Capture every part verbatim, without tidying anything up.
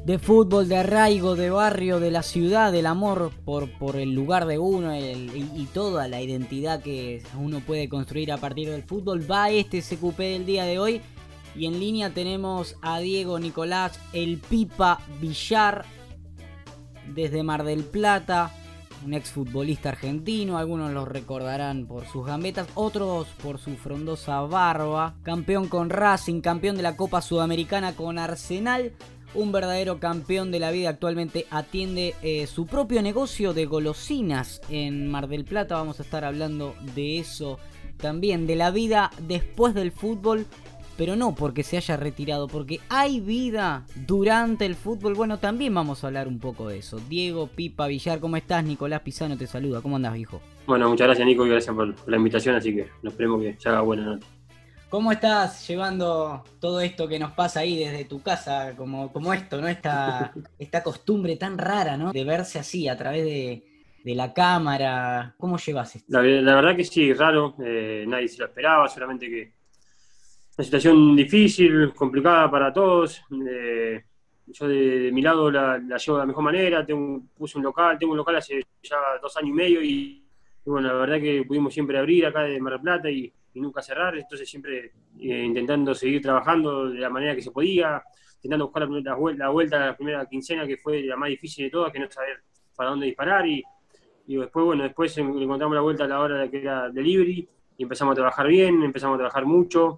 de fútbol, de arraigo, de barrio, de la ciudad, del amor por, por el lugar de uno el, y, y toda la identidad que uno puede construir a partir del fútbol. Va este S Q P del día de hoy y en línea tenemos a Diego Nicolás El Pipa Villar desde Mar del Plata, un exfutbolista argentino. Algunos lo recordarán por sus gambetas, otros por su frondosa barba. Campeón con Racing, campeón de la Copa Sudamericana con Arsenal. Un verdadero campeón de la vida. Actualmente atiende eh, su propio negocio de golosinas en Mar del Plata. Vamos a estar hablando de eso también, de la vida después del fútbol, pero no porque se haya retirado, porque hay vida durante el fútbol. Bueno, también vamos a hablar un poco de eso. Diego Pipa Villar, ¿cómo estás? Nicolás Pisano te saluda. ¿Cómo andás, viejo? Bueno, muchas gracias, Nico, y gracias por la invitación, así que nos esperemos que se haga buena noche. ¿Cómo estás llevando todo esto que nos pasa ahí desde tu casa? Como, como esto, ¿no? Esta, esta costumbre tan rara, ¿no? De verse así a través de, de la cámara. ¿Cómo llevas esto? La, la verdad que sí, raro, eh, nadie se lo esperaba, solamente que una situación difícil, complicada para todos. Eh, yo de, de mi lado la, la llevo de la mejor manera, tengo, puse un local, tengo un local hace ya dos años y medio y, y bueno, la verdad que pudimos siempre abrir acá de Mar del Plata y y nunca cerrar, entonces siempre eh, intentando seguir trabajando de la manera que se podía, intentando buscar la, la, la vuelta a la primera quincena, que fue la más difícil de todas, que no saber para dónde disparar, y, y después, bueno, después encontramos la vuelta a la hora de que era delivery, y empezamos a trabajar bien, empezamos a trabajar mucho,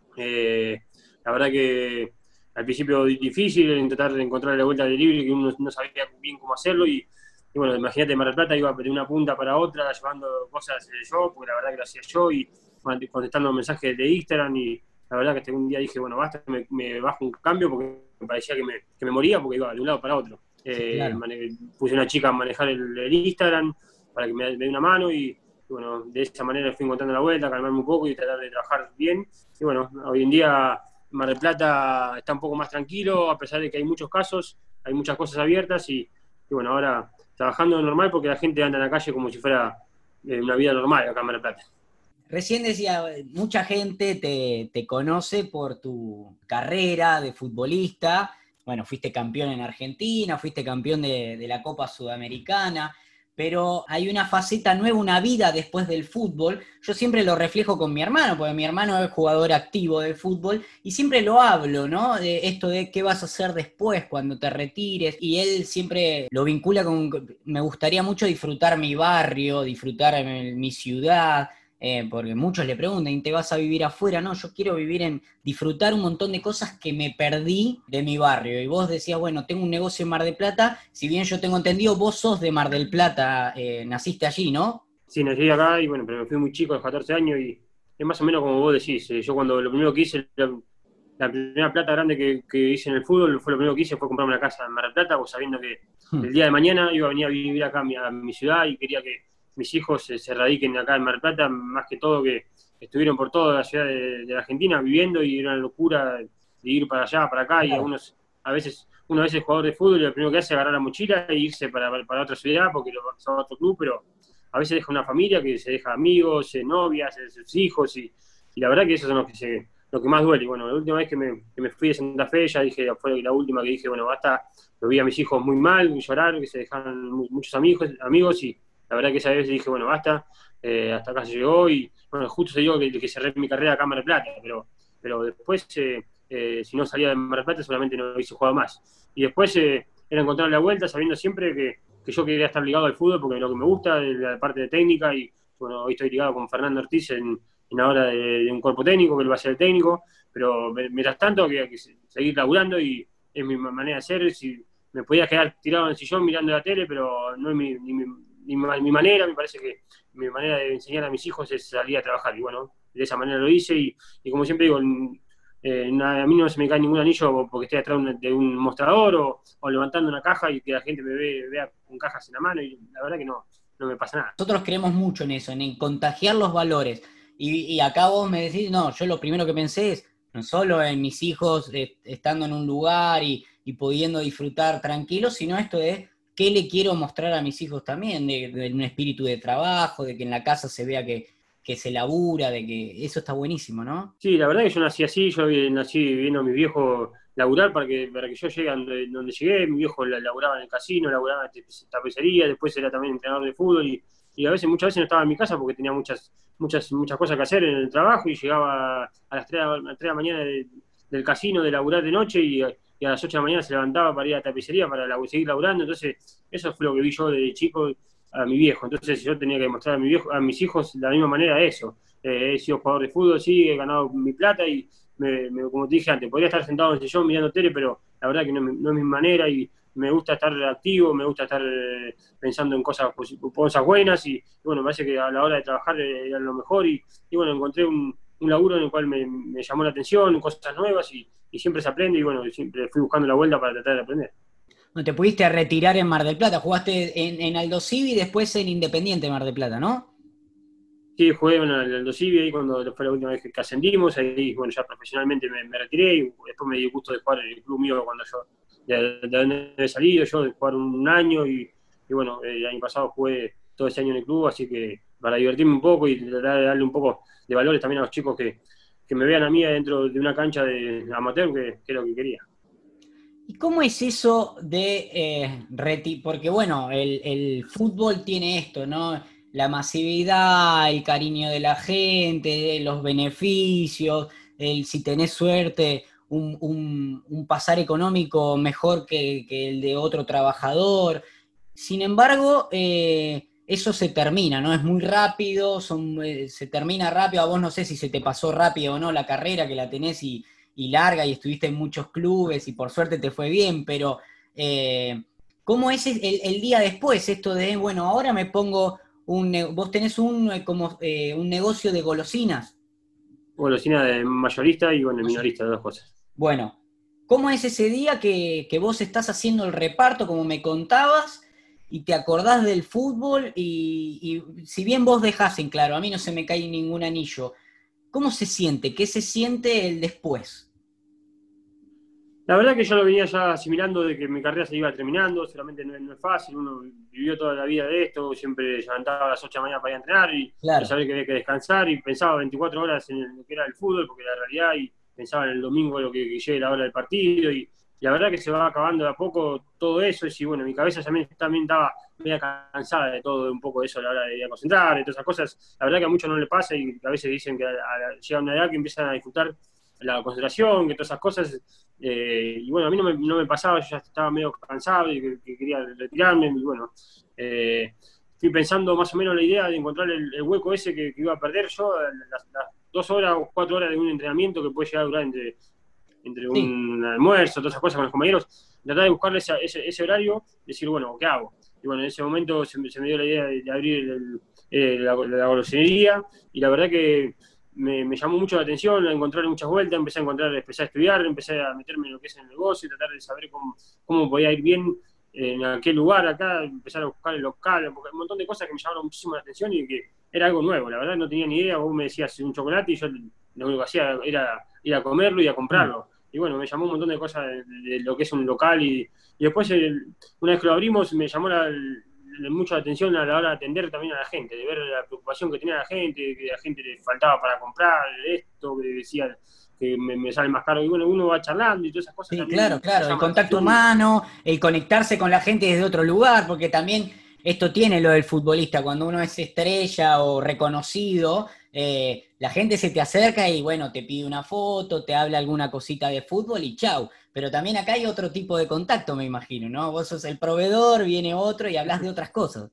eh, la verdad que al principio difícil intentar encontrar la vuelta al delivery, que uno no sabía bien cómo hacerlo, y Y bueno, imagínate, Mar del Plata iba de una punta para otra, llevando cosas yo, porque la verdad que lo hacía yo, y contestando mensajes de Instagram, y la verdad que hasta un día dije, bueno, basta, me, me bajo un cambio, porque me parecía que me, que me moría, porque iba de un lado para otro. Eh, claro. mane- puse una chica a manejar el, el Instagram, para que me, me dé una mano, y, y bueno, de esa manera fui encontrando la vuelta, calmarme un poco y tratar de trabajar bien. Y bueno, hoy en día Mar del Plata está un poco más tranquilo, a pesar de que hay muchos casos, hay muchas cosas abiertas, y, y bueno, ahora trabajando normal, porque la gente anda en la calle como si fuera eh, una vida normal acá en Mar del Plata. Recién decía, mucha gente te, te conoce por tu carrera de futbolista. Bueno, fuiste campeón en Argentina, fuiste campeón de, de la Copa Sudamericana, pero hay una faceta nueva, una vida después del fútbol. Yo siempre lo reflejo con mi hermano, porque mi hermano es jugador activo de fútbol, y siempre lo hablo, ¿no? De esto de qué vas a hacer después, cuando te retires, y él siempre lo vincula con, me gustaría mucho disfrutar mi barrio, disfrutar mi, mi ciudad, Eh, porque muchos le preguntan, ¿te vas a vivir afuera? No, yo quiero vivir en disfrutar un montón de cosas que me perdí de mi barrio. Y vos decías, bueno, tengo un negocio en Mar del Plata, si bien yo tengo entendido, vos sos de Mar del Plata, eh, naciste allí, ¿no? Sí, nací acá, y bueno, pero me fui muy chico, a los catorce años, y es más o menos como vos decís. Eh, yo cuando lo primero que hice, la, la primera plata grande que, que hice en el fútbol, fue lo primero que hice, fue comprarme una casa en Mar del Plata, pues sabiendo que hmm. el día de mañana iba a venir a vivir acá a mi, a mi ciudad, y quería que mis hijos se, se radiquen acá en Mar del Plata, más que todo que estuvieron por toda la ciudad de, de la Argentina viviendo, y era una locura de ir para allá, para acá, claro. Y algunos, a veces, uno a veces es jugador de fútbol y lo primero que hace es agarrar la mochila e irse para, para otra ciudad, porque lo va a otro club, pero a veces deja una familia, que se deja amigos, novias, sus hijos, y, y la verdad que esos son los que, se, lo que más duele. Y bueno, la última vez que me, que me fui de Santa Fe, ya dije, fue la última que dije, bueno, basta, lo vi a mis hijos muy mal, llorar, que se dejaron muchos amigos, amigos y la verdad que esa vez dije, bueno, basta, eh, hasta acá se llegó, y bueno, justo se dio que, que cerré mi carrera acá en Mar del Plata, pero, pero después, eh, eh, si no salía de Mar del Plata, solamente no hubiese jugado más. Y después eh, era encontrar la vuelta, sabiendo siempre que que yo quería estar ligado al fútbol, porque lo que me gusta es la parte de técnica, y bueno, hoy estoy ligado con Fernando Ortiz en, en ahora de, de un cuerpo técnico, que él va a ser el técnico, pero mientras tanto que, que seguir laburando, y es mi manera de ser. Si me podía quedar tirado en el sillón mirando la tele, pero no es mi, ni, mi, ni mi manera. Me parece que mi manera de enseñar a mis hijos es salir a trabajar, y bueno, de esa manera lo hice, y, y como siempre digo, Eh, a mí no se me cae ningún anillo porque estoy atrás de un mostrador, o, o levantando una caja y que la gente me ve, vea con cajas en la mano, y la verdad que no, no me pasa nada. Nosotros creemos mucho en eso, en contagiar los valores. Y, y acá vos me decís, no, yo lo primero que pensé es no solo en mis hijos eh, estando en un lugar y, y pudiendo disfrutar tranquilos, sino esto de qué le quiero mostrar a mis hijos también, de, de un espíritu de trabajo, de que en la casa se vea que, que se labura, de que eso está buenísimo, ¿no? Sí, la verdad que yo nací así, yo nací viendo a mi viejo laburar para que, para que yo llegue a donde, donde llegué. Mi viejo laburaba en el casino, laburaba en tapicería, después era también entrenador de fútbol y, y a veces, muchas veces no estaba en mi casa porque tenía muchas, muchas, muchas cosas que hacer en el trabajo y llegaba a las tres, a las tres de la mañana de, del casino de laburar de noche y, y a las ocho de la mañana se levantaba para ir a la tapicería para la, seguir laburando. Entonces, eso fue lo que vi yo de chico a mi viejo. Entonces, yo tenía que demostrar a, mi viejo, a mis hijos de la misma manera eso. Eh, he sido jugador de fútbol, sí, he ganado mi plata y, me, me, como te dije antes, podría estar sentado en el sillón mirando tele, pero la verdad que no, no es mi manera y me gusta estar activo, me gusta estar eh, pensando en cosas, cosas buenas y, y bueno, me parece que a la hora de trabajar era lo mejor y, y bueno, encontré un, un laburo en el cual me, me llamó la atención, cosas nuevas y, y siempre se aprende y bueno, siempre fui buscando la vuelta para tratar de aprender. No te pudiste retirar en Mar del Plata, jugaste en, en Aldo Civi y después en Independiente Mar del Plata, ¿no? Sí, jugué en el Aldo Civi ahí cuando fue la última vez que ascendimos, ahí bueno, ya profesionalmente me, me retiré y después me dio gusto de jugar en el club mío cuando yo, de, de donde he salido, yo de jugar un año y, y bueno, el año pasado jugué todo ese año en el club, así que para divertirme un poco y tratar de darle un poco de valores también a los chicos que, que me vean a mí dentro de una cancha de amateur, que, que es lo que quería. ¿Y cómo es eso de eh, reti- porque bueno, el, el fútbol tiene esto, ¿no? La masividad, el cariño de la gente, los beneficios, el si tenés suerte, un, un- un pasar económico mejor que, que el de otro trabajador. Sin embargo, eh, eso se termina, ¿no? Es muy rápido, son, eh, se termina rápido. A vos no sé si se te pasó rápido o no la carrera, que la tenés y y larga y estuviste en muchos clubes y por suerte te fue bien, pero eh, ¿cómo es el, el, día después? Esto de, bueno, ahora me pongo un, vos tenés un, como, eh, un negocio de golosinas. Golosina de mayorista y bueno, minorista, de dos cosas. Bueno, ¿cómo es ese día que, que vos estás haciendo el reparto, como me contabas, y te acordás del fútbol y, y si bien vos dejás en claro, a mí no se me cae ningún anillo, ¿cómo se siente? ¿Qué se siente el después? La verdad que yo lo venía ya asimilando de que mi carrera se iba terminando, solamente no, no es fácil, uno vivió toda la vida de esto, siempre se levantaba a las ocho de la mañana para ir a entrenar y, y Claro. saber que había que descansar y pensaba veinticuatro horas en lo que era el fútbol, porque era la realidad, y pensaba en el domingo lo que, que llegue la hora del partido y, y la verdad que se va acabando de a poco todo eso y bueno, mi cabeza también, también estaba media cansada de todo, un poco de eso a la hora de ir a concentrar, de todas esas cosas, la verdad que a muchos no le pasa y a veces dicen que a, a, llega una edad que empiezan a disfrutar la concentración, que todas esas cosas. Eh, y bueno, a mí no me, no me pasaba, yo ya estaba medio cansado y que, que quería retirarme. Y bueno, eh, fui pensando más o menos la idea de encontrar el, el hueco ese que, que, iba a perder yo, las, las dos horas o cuatro horas de un entrenamiento que puede llegar a durar entre, entre Sí. un almuerzo, todas esas cosas con los compañeros, tratar de buscarle ese, ese, ese horario, decir, bueno, ¿qué hago? Y bueno, en ese momento se, se me dio la idea de, de abrir el, el, la, la golosinería y la verdad que me, me, llamó mucho la atención, a encontrar muchas vueltas, empecé a encontrar, empecé a estudiar, empecé a meterme en lo que es el negocio, tratar de saber cómo, cómo podía ir bien en aquel lugar acá, empezar a buscar el local, porque un montón de cosas que me llamaron muchísimo la atención y que era algo nuevo, la verdad no tenía ni idea, vos me decías un chocolate y yo lo único que hacía era ir a comerlo y a comprarlo. Mm. Y bueno, me llamó un montón de cosas de, de lo que es un local y, y después, el, una vez que lo abrimos, me llamó la, mucha atención a la hora de atender también a la gente, de ver la preocupación que tenía la gente, que a la gente le faltaba para comprar esto, que decía que me, me sale más caro, y bueno, uno va charlando y todas esas cosas. Sí, También claro, claro, el contacto atención. humano, el conectarse con la gente desde otro lugar, porque también esto tiene lo del futbolista, cuando uno es estrella o reconocido, eh, la gente se te acerca y bueno, te pide una foto, te habla alguna cosita de fútbol y chau. Pero también acá hay otro tipo de contacto, me imagino, ¿no? Vos sos el proveedor, viene otro y hablas de otras cosas.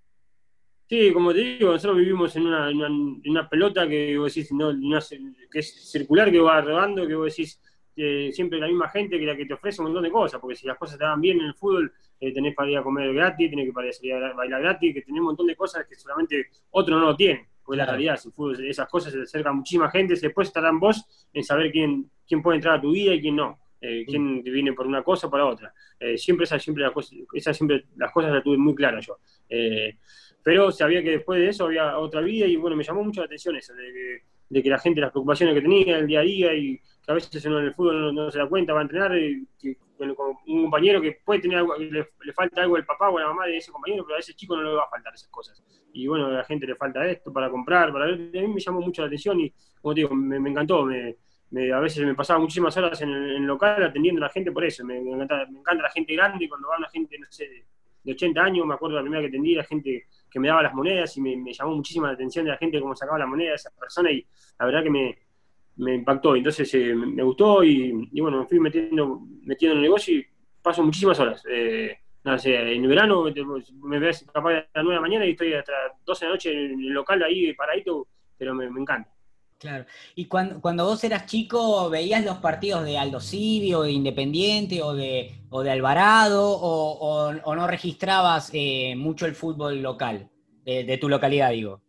Sí, como te digo, nosotros vivimos en una, en una, en una pelota que vos decís, no, no, que es circular, que va rodando, que vos decís eh, siempre la misma gente que la que te ofrece un montón de cosas, porque si las cosas te van bien en el fútbol, eh, tenés para ir a comer gratis, tenés que para ir a salir a bailar gratis, que tenés un montón de cosas que solamente otro no lo tiene, porque claro. La realidad es el fútbol, esas cosas se acercan a muchísima gente, después estará en vos en saber quién, quién puede entrar a tu vida y quién no. Eh, sí. Quién te viene por una cosa o para otra. Eh, siempre esas siempre las cosas, esa siempre las cosas las tuve muy claras yo. Eh, pero sabía que después de eso había otra vida y bueno, me llamó mucho la atención eso, de que, de que la gente, las preocupaciones que tenía el día a día y que que a veces uno en el fútbol no, no se da cuenta, va a entrenar, y, que, con, con un compañero que puede tener algo, le, le falta algo al papá o a la mamá de ese compañero, pero a ese chico no le va a faltar esas cosas. Y bueno, a la gente le falta esto para comprar, para ver, a mí me llamó mucho la atención y, como te digo, me, me encantó, me, me, a veces me pasaba muchísimas horas en el, en el local atendiendo a la gente por eso, me, me, encanta, me encanta la gente grande, cuando va una gente, no sé, de, de ochenta años, me acuerdo la primera que atendí, la gente que me daba las monedas y me, me llamó muchísima la atención de la gente, cómo sacaba las monedas de esas personas y la verdad que me, me impactó. Entonces eh, me gustó y, y bueno, me fui metiendo, metiendo en el negocio y paso muchísimas horas. Eh, no sé, en el verano me ves capaz de las nueve de la mañana y estoy hasta las doce de la noche en el local ahí paradito, pero me, me encanta. Claro. Y cuando, cuando vos eras chico, ¿veías los partidos de Aldo Civi o de Independiente o de, o de Alvarado o, o, o no registrabas eh, mucho el fútbol local, de, de tu localidad, digo?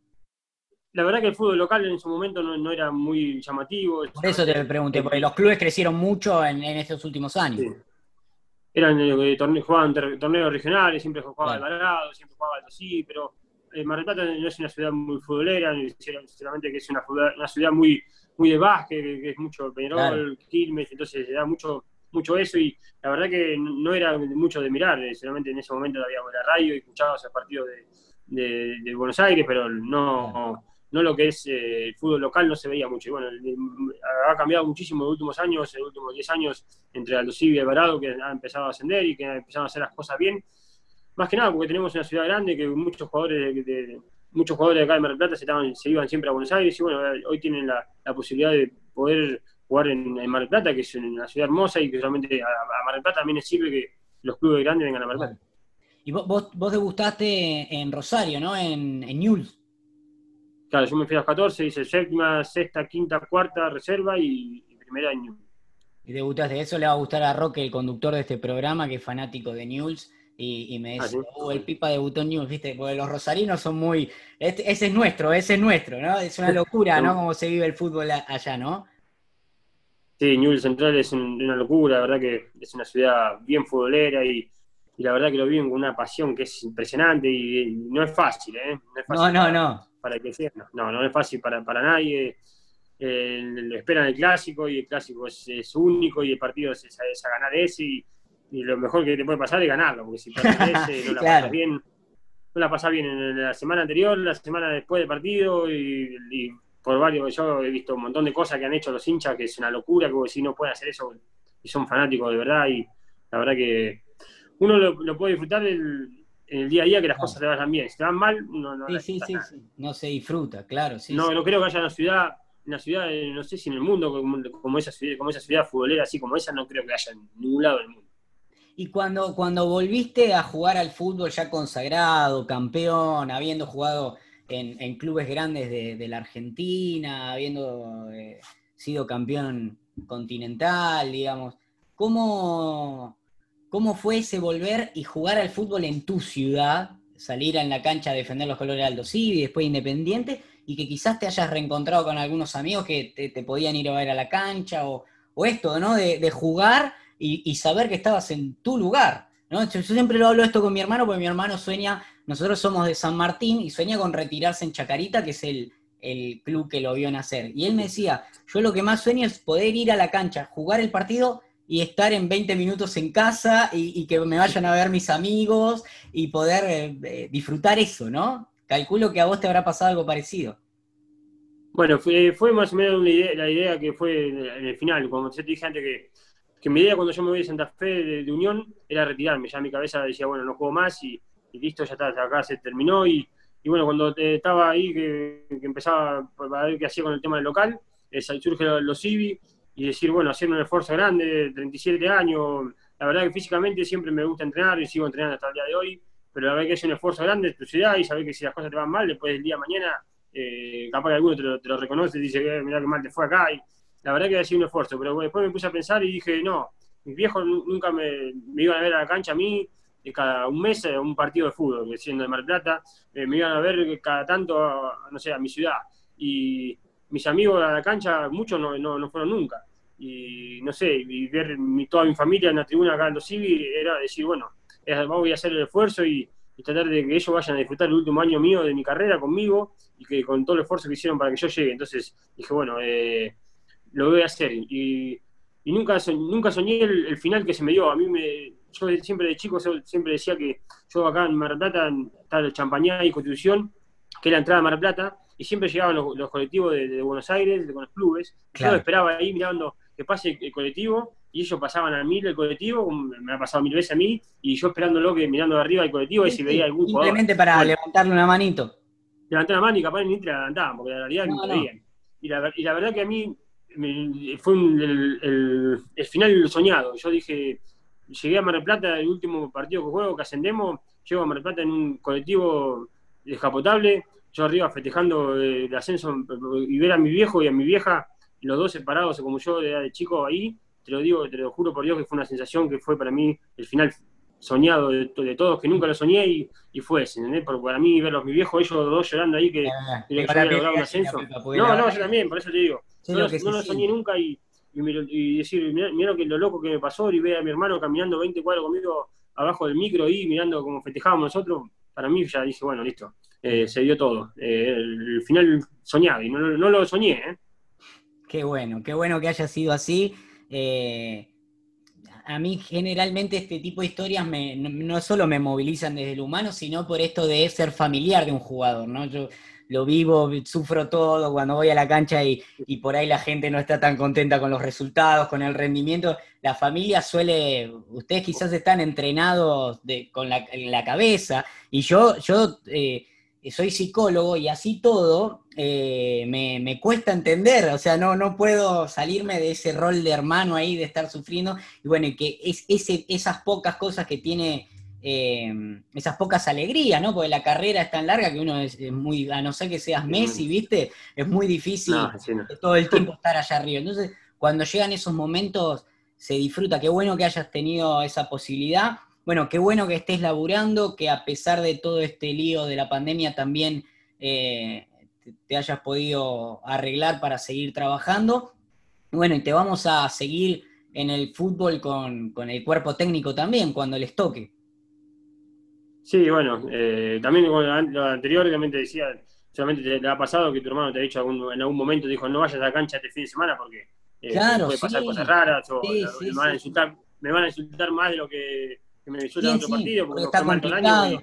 La verdad que el fútbol local en su momento no, no era muy llamativo. Por eso te pregunté, porque los clubes crecieron mucho en, en estos últimos años. Sí. Eran eh, torneos, jugaban torneos regionales, siempre jugaba Claro. Alvarado, siempre jugaba Aldo Civi, pero eh, Mar del Plata no es una ciudad muy futbolera, sinceramente que es una ciudad, una ciudad muy, muy de básquet, que, que es mucho Peñarol, claro. Quilmes, entonces se da mucho, mucho eso y la verdad que no era mucho de mirar, solamente en ese momento había la radio y escuchaba esos partidos de, de, de Buenos Aires, pero no, claro. no lo que es eh, el fútbol local no se veía mucho. Y bueno, ha cambiado muchísimo en los últimos años, en los últimos diez años, entre Aldo Civi y Alvarado, que han empezado a ascender y que han empezado a hacer las cosas bien. Más que nada porque tenemos una ciudad grande que muchos jugadores de, de, muchos jugadores de acá de Mar del Plata se, estaban, se iban siempre a Buenos Aires y bueno, hoy tienen la, la posibilidad de poder jugar en, en Mar del Plata, que es una ciudad hermosa y que realmente a, a Mar del Plata también les sirve que los clubes grandes vengan a Mar del Plata. Y vos, vos, vos debutaste en Rosario, ¿no? En, en Newell's. Claro, yo me fui a los catorce, hice séptima, sexta, quinta, cuarta, reserva y, y primera en Newell's. Y debutaste, eso le va a gustar a Roque, el conductor de este programa, que es fanático de Newell's. Y, y me dice, ah, ¿sí? oh, el Pipa debutó en Newell's, ¿viste? Porque los rosarinos son muy... Este, ese es nuestro, ese es nuestro, ¿no? Es una locura, ¿no? Cómo se vive el fútbol allá, ¿no? Sí, Newell's Central es un, una locura, la verdad que es una ciudad bien futbolera y, y la verdad que lo viven con una pasión que es impresionante y, y no es fácil, ¿eh? No es fácil no, no, para, no. Para que sea, no, no, no es fácil para, para nadie. Eh, le esperan el clásico y el clásico es, es único y el partido es, es a ganar ese y, y lo mejor que te puede pasar es ganarlo, porque si perdés ese no la claro. pasas bien, no la pasás bien en la semana anterior, la semana después del partido y, y por varios, yo he visto un montón de cosas que han hecho los hinchas que es una locura, que si no pueden hacer eso y son fanáticos de verdad y la verdad que uno lo, lo puede disfrutar el, en el día a día que las ah. cosas te vayan bien, si te van mal no, no sí, sí, sí, sí, no se disfruta, claro, sí, no, sí. no creo que haya una ciudad una ciudad, no sé si en el mundo como, como, esa ciudad, como esa ciudad futbolera así como esa, no creo que haya en ningún lado del mundo. Y cuando, cuando volviste a jugar al fútbol ya consagrado, campeón, habiendo jugado en, en clubes grandes de, de la Argentina, habiendo eh, sido campeón continental, digamos, ¿cómo, ¿cómo fue ese volver y jugar al fútbol en tu ciudad? Salir en la cancha a defender los colores de Aldo Civi, después Independiente, y que quizás te hayas reencontrado con algunos amigos que te, te podían ir a ver a la cancha, o, o esto, ¿no? De, de jugar y, y saber que estabas en tu lugar, ¿no? Yo, yo siempre lo hablo esto con mi hermano, porque mi hermano sueña, nosotros somos de San Martín, y sueña con retirarse en Chacarita, que es el, el club que lo vio nacer. Y él me decía, yo lo que más sueño es poder ir a la cancha, jugar el partido y estar en veinte minutos en casa y, y que me vayan a ver mis amigos y poder eh, disfrutar eso, ¿no? Calculo que a vos te habrá pasado algo parecido. Bueno, fue, fue más o menos una idea, la idea que fue en el final, como te dije antes que, que mi idea cuando yo me voy de Santa Fe de, de Unión era retirarme, ya mi cabeza decía, bueno, no juego más y, y listo, ya está, acá se terminó y, y bueno, cuando te, estaba ahí que, que empezaba a ver qué hacía con el tema del local, eh, surge los, los Civi y decir, bueno, hacer un esfuerzo grande, treinta y siete años, la verdad que físicamente siempre me gusta entrenar y sigo entrenando hasta el día de hoy, pero la verdad que es un esfuerzo grande en tu ciudad y saber que si las cosas te van mal, después del día de mañana, eh, capaz que alguno te lo, te lo reconoce y dice, eh, mirá que mal te fue acá, y la verdad que ha sido un esfuerzo, pero bueno, después me puse a pensar y dije, no, mis viejos nunca me, me iban a ver a la cancha a mí, cada un mes un partido de fútbol, siendo de Mar del Plata, eh, me iban a ver cada tanto, a, no sé, a mi ciudad, y mis amigos a la cancha, muchos no, no, no fueron nunca, y no sé, y ver mi, toda mi familia en la tribuna acá en los Civi, era decir, bueno, es, voy a hacer el esfuerzo y, y tratar de que ellos vayan a disfrutar el último año mío de mi carrera conmigo, y que con todo el esfuerzo que hicieron para que yo llegue, entonces dije, bueno, eh, lo voy a hacer. Y, y nunca, nunca soñé el, el final que se me dio. A mí me, yo siempre de chico siempre decía que yo acá en Mar del Plata, está el Champañá y Constitución, que es la entrada a Mar del Plata, y siempre llegaban los, los colectivos de, de Buenos Aires, de, con los clubes. Yo Claro. esperaba ahí mirando que pase el colectivo, y ellos pasaban a mil el colectivo, como me ha pasado mil veces a mí, y yo esperándolo, que mirando de arriba el colectivo, y Sí, si veía sí, algún jugador. simplemente para Bueno, levantarle una manito. levanté la mano y capaz ni te la levantaban, porque la realidad ni No, te no. veían. Y la, y la verdad que a mí me, fue un, el, el, el, final soñado. Yo dije, llegué a Mar del Plata, el último partido que juego, que ascendemos, llego a Mar del Plata en un colectivo descapotable, yo arriba festejando el ascenso y ver a mi viejo y a mi vieja, los dos separados como yo de, de chico ahí, te lo digo, te lo juro por Dios que fue una sensación que fue para mí el final soñado de, de todos, que nunca lo soñé y, y fue ese, ¿entendés? Porque para mí verlos, mi viejo, ellos dos llorando ahí, que, Ah, que tengo yo la había piel de logrado un gallina, ascenso. Pepa, porque la No, no, verdad yo que también, por eso te digo, sé no lo lo, que no se lo soñé siente. nunca y, y, y decir, mirá, mirá lo, que, lo loco que me pasó y ver a mi hermano caminando veinte cuadros conmigo abajo del micro y mirando cómo festejábamos nosotros, para mí ya dije, bueno, listo, eh, se dio todo. Eh, el, el final soñado y no, no lo soñé, ¿eh? Qué bueno, qué bueno que haya sido así. Eh, a mí generalmente este tipo de historias me, no, no solo me movilizan desde lo humano, sino por esto de ser familiar de un jugador, ¿no? Yo lo vivo, sufro todo cuando voy a la cancha y, y por ahí la gente no está tan contenta con los resultados, con el rendimiento. La familia suele, ustedes quizás están entrenados de, con la, en la cabeza, y yo, yo eh, soy psicólogo y así todo eh, me, me, cuesta entender, o sea, no, no puedo salirme de ese rol de hermano ahí, de estar sufriendo, y bueno, y que es, ese, esas pocas cosas que tiene, eh, esas pocas alegrías, ¿no? Porque la carrera es tan larga que uno es, es muy, a no ser que seas Messi, ¿viste? Es muy difícil No, sí, no. todo el tiempo estar allá arriba. Entonces, cuando llegan esos momentos, se disfruta. Qué bueno que hayas tenido esa posibilidad. Bueno, qué bueno que estés laburando, que a pesar de todo este lío de la pandemia también eh, te, te hayas podido arreglar para seguir trabajando. Bueno, y te vamos a seguir en el fútbol con, con el cuerpo técnico también, cuando les toque. Sí, bueno, eh, también con lo anterior, obviamente decía, solamente te, te ha pasado que tu hermano te ha dicho algún, en algún momento, dijo, no vayas a la cancha este fin de semana porque eh, Claro, puede pasar cosas sí, raras o sí, me sí, van a sí. insultar, me van a insultar más de lo que, que me insultan en Sí, otro sí, partido porque porque no está fue mal todo el año. complicado. Y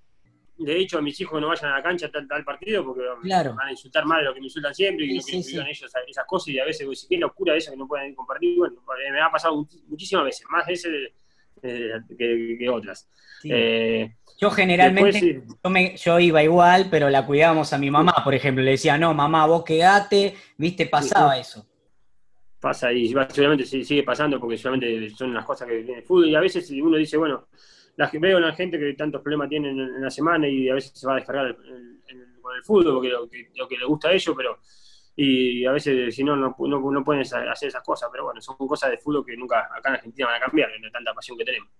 de hecho, a mis hijos no vayan a la cancha a tal, tal partido porque me Claro, van a insultar más de lo que me insultan siempre y sí, no quiero sí, que vivan sí. ellos esas cosas y a veces, pues, qué locura eso que no pueden compartir. Bueno, me ha pasado muchísimas veces, más veces eh, que, que, otras. Sí. Eh, Yo después, generalmente, sí. yo, me, yo iba igual, pero la cuidábamos a mi mamá, por ejemplo. Le decía, no, mamá, vos quedate, viste, Sí, no, pasaba eso. pasa y seguramente sigue pasando porque solamente son las cosas que viene el fútbol y a veces uno dice, bueno, la, veo a la gente que tantos problemas tienen en, en la semana y a veces se va a descargar el, el, el, con el fútbol porque lo que, lo que le gusta a ellos, pero y a veces si no, no, no, no pueden hacer esas cosas, pero bueno, son cosas de fútbol que nunca acá en Argentina van a cambiar, de tanta pasión que tenemos.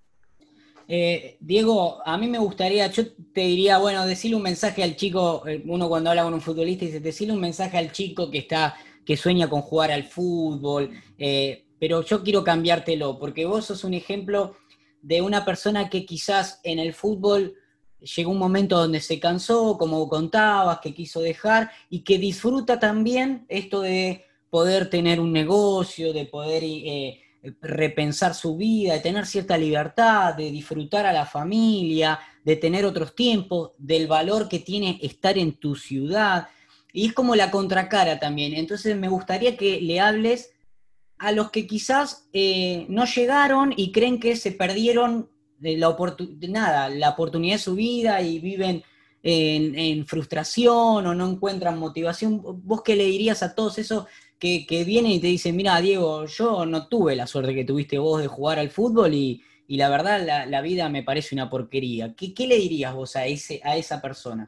Eh, Diego, a mí me gustaría, yo te diría, bueno, decirle un mensaje al chico, uno cuando habla con un futbolista dice, decirle un mensaje al chico que está, que sueña con jugar al fútbol, eh, pero yo quiero cambiártelo, porque vos sos un ejemplo de una persona que quizás en el fútbol llegó un momento donde se cansó, como contabas, que quiso dejar, y que disfruta también esto de poder tener un negocio, de poder... Eh, repensar su vida, de tener cierta libertad, de disfrutar a la familia, de tener otros tiempos, del valor que tiene estar en tu ciudad. Y es como la contracara también. Entonces me gustaría que le hables a los que quizás eh, no llegaron y creen que se perdieron de la, oportun nada, la oportunidad de su vida y viven en, en frustración o no encuentran motivación. ¿Vos qué le dirías a todos esos que, que vienen y te dicen, mira, Diego, yo no tuve la suerte que tuviste vos de jugar al fútbol y, y la verdad la, la, vida me parece una porquería? ¿Qué, qué le dirías vos a, ese, a esa persona?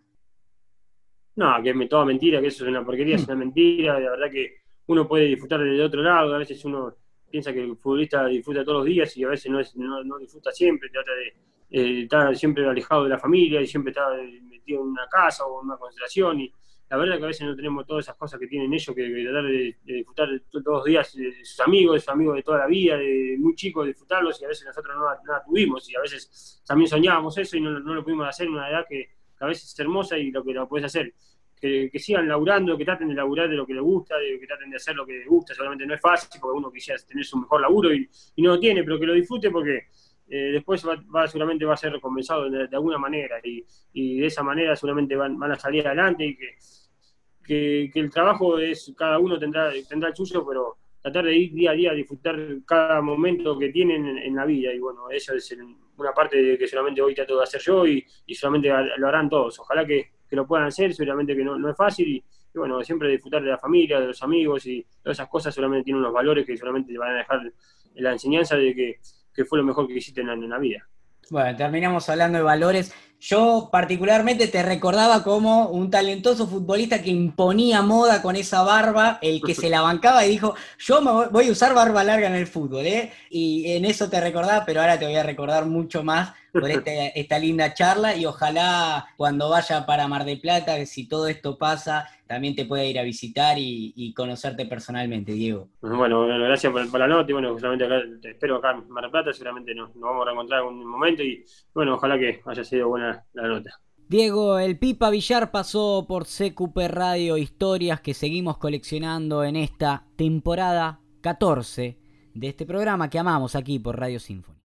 No, que es toda mentira, que eso es una porquería, es una mentira, la verdad que uno puede disfrutar del otro lado, a veces uno piensa que el futbolista disfruta todos los días y a veces no, es, no, no disfruta siempre, trata de eh, estar siempre alejado de la familia y siempre está metido en una casa o en una constelación y la verdad que a veces no tenemos todas esas cosas que tienen ellos, que, que tratar de, de disfrutar todos los días de sus amigos, de sus amigos de toda la vida, de muy chicos, disfrutarlos y a veces nosotros no, no la tuvimos y a veces también soñábamos eso y no, no lo pudimos hacer en una edad que, que a veces es hermosa y lo que lo puedes hacer. que, que sigan laburando, que traten de laburar de lo que les gusta, de, que traten de hacer lo que les gusta. Seguramente no es fácil porque uno quisiera tener su mejor laburo y, y no lo tiene, pero que lo disfrute porque eh, después va, va, seguramente va a ser recompensado de, de alguna manera y, y de esa manera seguramente van, van a salir adelante y que, que, que el trabajo es, cada uno tendrá, tendrá el suyo, pero tratar de ir día a día a disfrutar cada momento que tienen en, en la vida y bueno, eso es el, una parte de que solamente hoy trato de hacer yo y, y solamente lo harán todos. Ojalá que, que lo puedan hacer, seguramente que no, no es fácil y, y bueno, siempre disfrutar de la familia, de los amigos y todas esas cosas solamente tienen unos valores que solamente te van a dejar la enseñanza de que, que fue lo mejor que hiciste en, en la vida. Bueno, terminamos hablando de valores. Yo particularmente te recordaba como un talentoso futbolista que imponía moda con esa barba, el que se la bancaba y dijo, yo me voy a usar barba larga en el fútbol, ¿eh? Y en eso te recordaba, pero ahora te voy a recordar mucho más por este, esta linda charla y ojalá cuando vaya para Mar del Plata, si todo esto pasa, también te pueda ir a visitar y, y conocerte personalmente, Diego. Bueno, bueno gracias por, por la nota y bueno, solamente acá, te espero acá en Mar del Plata, seguramente nos, nos vamos a reencontrar en un momento y bueno, ojalá que haya sido buena la nota. Diego, el Pipa Villar pasó por C Q P Radio, historias que seguimos coleccionando en esta temporada catorce de este programa que amamos aquí por Radio Symphony.